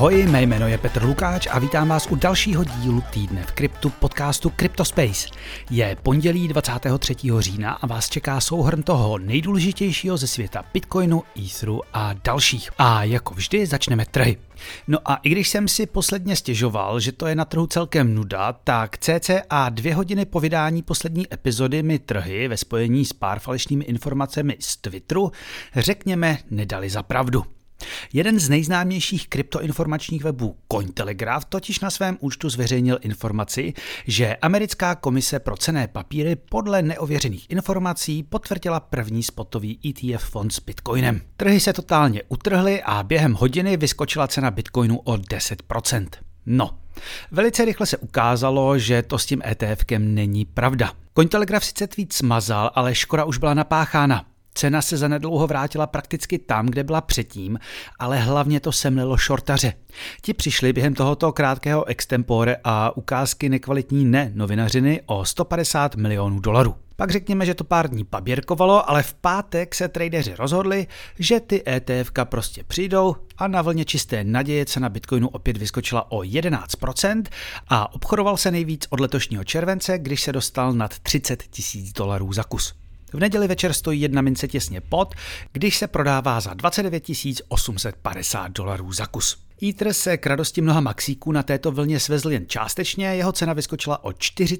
Ahoj, mé jméno je Petr Lukáč a vítám vás u dalšího dílu Týdne v kryptu podcastu CryptoSpace. Je pondělí 23. října a vás čeká souhrn toho nejdůležitějšího ze světa Bitcoinu, Etheru a dalších. A jako vždy začneme trhy. No a i když jsem si posledně stěžoval, že to je na trhu celkem nuda, tak cca 2 hodiny po vydání poslední epizody mi trhy ve spojení s pár falešnými informacemi z Twitteru, řekněme, nedali za pravdu. Jeden z nejznámějších kryptoinformačních webů Cointelegraph totiž na svém účtu zveřejnil informaci, že americká komise pro cenné papíry podle neověřených informací potvrdila první spotový ETF fond s Bitcoinem. Trhy se totálně utrhly a během hodiny vyskočila cena Bitcoinu o 10%. No, velice rychle se ukázalo, že to s tím ETFkem není pravda. Cointelegraph sice tweet smazal, ale škoda už byla napáchána. Cena se zanedlouho vrátila prakticky tam, kde byla předtím, ale hlavně to semlilo shortaře. Ti přišli během tohoto krátkého extempore a ukázky nekvalitní novinařiny o $150 milionů. Pak řekněme, že to pár dní paběrkovalo, ale v pátek se tradeři rozhodli, že ty ETFka prostě přijdou a na vlně čisté naděje cena Bitcoinu opět vyskočila o 11% a obchodoval se nejvíc od letošního července, když se dostal nad $30 000 za kus. V neděli večer stojí jedna mince těsně pod, když se prodává za $29 850 za kus. Ether se k radosti mnoha maxíků na této vlně svezl jen částečně, jeho cena vyskočila o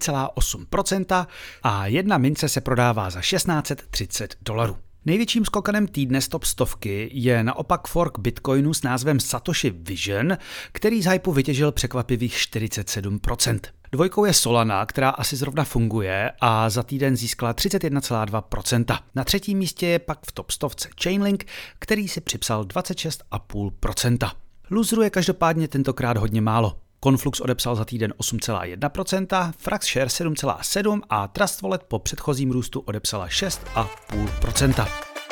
4,8% a jedna mince se prodává za $1630. Největším skokanem týdne z top 100 je naopak fork Bitcoinu s názvem Satoshi Vision, který z hypu vytěžil překvapivých 47%. Dvojkou je Solana, která asi zrovna funguje a za týden získala 31,2%. Na třetím místě je pak v top 100 Chainlink, který si připsal 26,5%. Loserů je každopádně tentokrát hodně málo. Conflux odepsal za týden 8,1%, Fraxshare 7,7% a Trust Wallet po předchozím růstu odepsala 6,5%.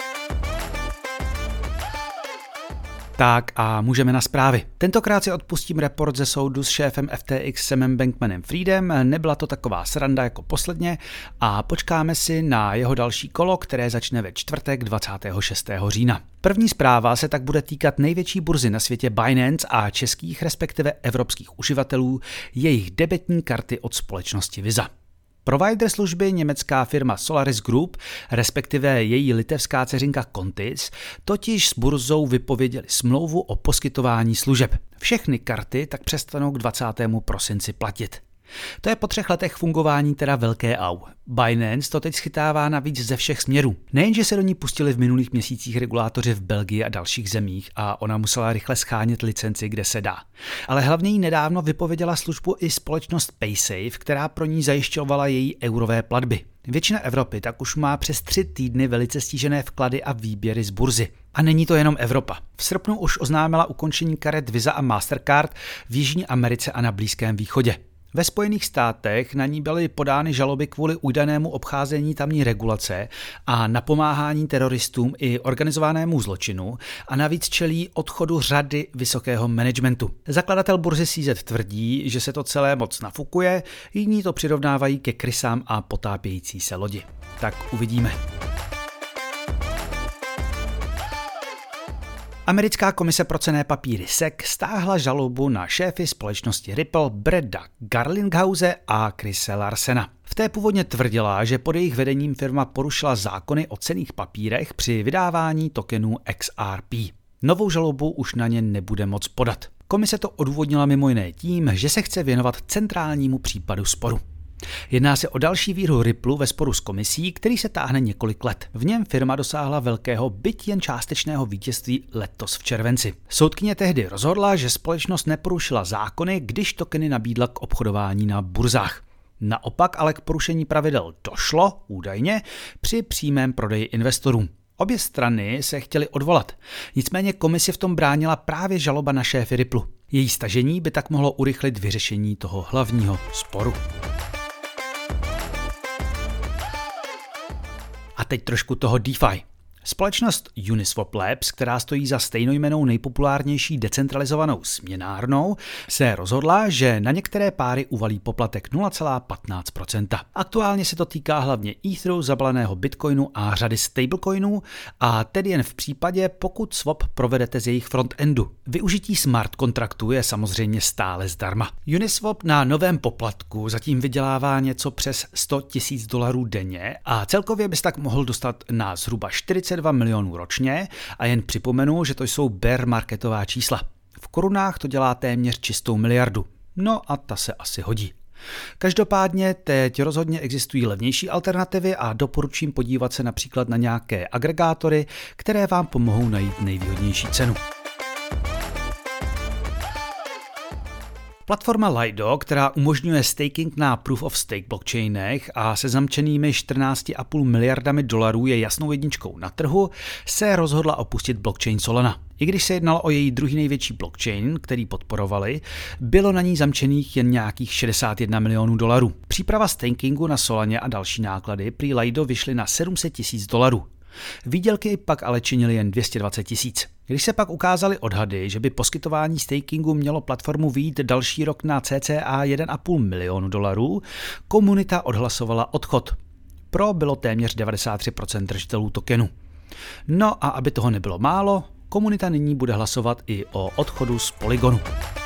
Tak a můžeme na zprávy. Tentokrát si odpustím report ze soudu s šéfem FTX Samem Bankmanem-Friedem, nebyla to taková sranda jako posledně a počkáme si na jeho další kolo, které začne ve čtvrtek 26. října. První zpráva se tak bude týkat největší burzy na světě Binance a českých respektive evropských uživatelů jejich debetní karty od společnosti Visa. Provider služby německá firma Solaris Group, respektive její litevská dceřinka Contis, totiž s burzou vypověděli smlouvu o poskytování služeb. Všechny karty tak přestanou k 20. prosinci platit. To je po 3 letech fungování teda velké au. Binance to teď schytává navíc ze všech směrů. Nejenže se do ní pustili v minulých měsících regulátoři v Belgii a dalších zemích a ona musela rychle schánět licenci, kde se dá. Ale hlavně jí nedávno vypověděla službu i společnost Paysafe, která pro ní zajišťovala její eurové platby. Většina Evropy tak už má přes 3 týdny velice stížené vklady a výběry z burzy. A není to jenom Evropa. V srpnu už oznámila ukončení karet Visa a Mastercard v Jižní Americe a na Blízkém východě. Ve Spojených státech na ní byly podány žaloby kvůli údajnému obcházení tamní regulace a napomáhání teroristům i organizovanému zločinu a navíc čelí odchodu řady vysokého managementu. Zakladatel burzy CZ tvrdí, že se to celé moc nafukuje, jiní to přirovnávají ke krysám a potápějící se lodi. Tak uvidíme. Americká komise pro cenné papíry SEC stáhla žalobu na šéfy společnosti Ripple Breda Garlinghause a Chrise Larsena. V té původně tvrdila, že pod jejich vedením firma porušila zákony o cenných papírech při vydávání tokenů XRP. Novou žalobu už na ně nebude moc podat. Komise to odůvodnila mimo jiné tím, že se chce věnovat centrálnímu případu sporu. Jedná se o další výhru Ripple ve sporu s komisí, který se táhne několik let. V něm firma dosáhla velkého, byť jen částečného vítězství letos v červenci. Soudkyně tehdy rozhodla, že společnost neporušila zákony, když tokeny nabídla k obchodování na burzách. Naopak ale k porušení pravidel došlo, údajně, při přímém prodeji investorům. Obě strany se chtěly odvolat. Nicméně komisi v tom bránila právě žaloba na šéfy Ripple. Její stažení by tak mohlo urychlit vyřešení toho hlavního sporu. A teď trošku toho DeFi. Společnost Uniswap Labs, která stojí za stejnojmennou nejpopulárnější decentralizovanou směnárnou, se rozhodla, že na některé páry uvalí poplatek 0,15%. Aktuálně se to týká hlavně Etheru, zabaleného Bitcoinu a řady stablecoinů, a tedy jen v případě, pokud swap provedete z jejich frontendu. Využití smart kontraktu je samozřejmě stále zdarma. Uniswap na novém poplatku zatím vydělává něco přes $100,000 denně a celkově bys tak mohl dostat na zhruba 42 milionů ročně, a jen připomenu, že to jsou bear marketová čísla. V korunách to dělá téměř čistou miliardu. No a ta se asi hodí. Každopádně teď rozhodně existují levnější alternativy a doporučím podívat se například na nějaké agregátory, které vám pomohou najít nejvýhodnější cenu. Platforma Lido, která umožňuje staking na Proof of Stake blockchainech a se zamčenými 14,5 miliardami dolarů je jasnou jedničkou na trhu, se rozhodla opustit blockchain Solana. I když se jednalo o její druhý největší blockchain, který podporovali, bylo na ní zamčených jen nějakých 61 milionů dolarů. Příprava stakingu na Solaně a další náklady prý Lido vyšly na $700,000. Výdělky pak ale činily jen 220,000. Když se pak ukázaly odhady, že by poskytování stakingu mělo platformu vyjít další rok na cca 1,5 milionu dolarů, komunita odhlasovala odchod. Pro bylo téměř 93% držitelů tokenu. No a aby toho nebylo málo, komunita nyní bude hlasovat i o odchodu z Polygonu.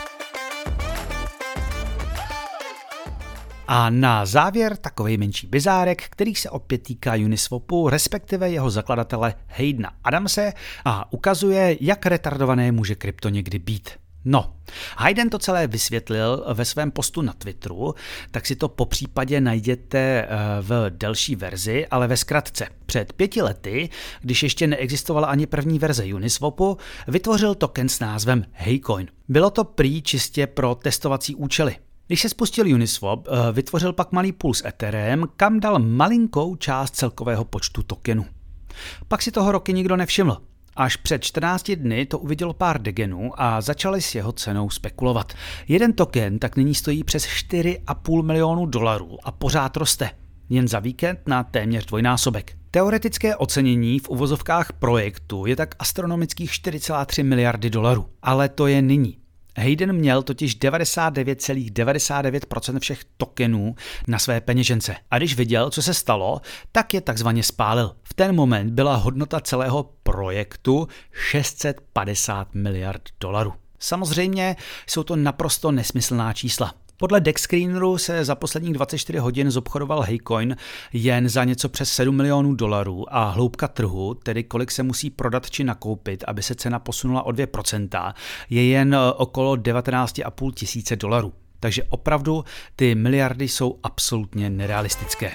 A na závěr takovej menší bizárek, který se opět týká Uniswapu, respektive jeho zakladatele Haydena Adamse, a ukazuje, jak retardované může krypto někdy být. No, Hayden to celé vysvětlil ve svém postu na Twitteru, tak si to popřípadě najděte v delší verzi, ale ve zkratce. Před 5 lety, když ještě neexistovala ani první verze Uniswapu, vytvořil token s názvem Heycoin. Bylo to prý čistě pro testovací účely. Když se spustil Uniswap, vytvořil pak malý pool s Etherem, kam dal malinkou část celkového počtu tokenů. Pak si toho roky nikdo nevšiml. Až před 14 dny to uvidělo pár degenů a začali s jeho cenou spekulovat. Jeden token tak nyní stojí přes 4,5 milionu dolarů a pořád roste. Jen za víkend na téměř dvojnásobek. Teoretické ocenění v uvozovkách projektu je tak astronomických 4,3 miliardy dolarů. Ale to je nyní. Hayden měl totiž 99,99% všech tokenů na své peněžence. A když viděl, co se stalo, tak je takzvaně spálil. V ten moment byla hodnota celého projektu 650 miliard dolarů. Samozřejmě jsou to naprosto nesmyslná čísla. Podle DexScreeneru se za posledních 24 hodin zobchodoval Heycoin jen za něco přes 7 milionů dolarů a hloubka trhu, tedy kolik se musí prodat či nakoupit, aby se cena posunula o 2%, je jen okolo 19,5 tisíce dolarů. Takže opravdu ty miliardy jsou absolutně nerealistické.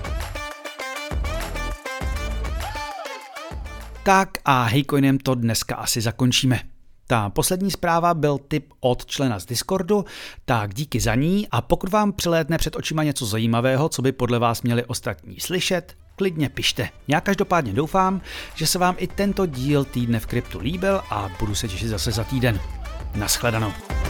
Tak a Heycoinem to dneska asi zakončíme. Ta poslední zpráva byl tip od člena z Discordu, tak díky za ní, a pokud vám přilétne před očima něco zajímavého, co by podle vás měli ostatní slyšet, klidně pište. Já každopádně doufám, že se vám i tento díl Týdne v kryptu líbil a budu se těšit zase za týden. Naschledanou.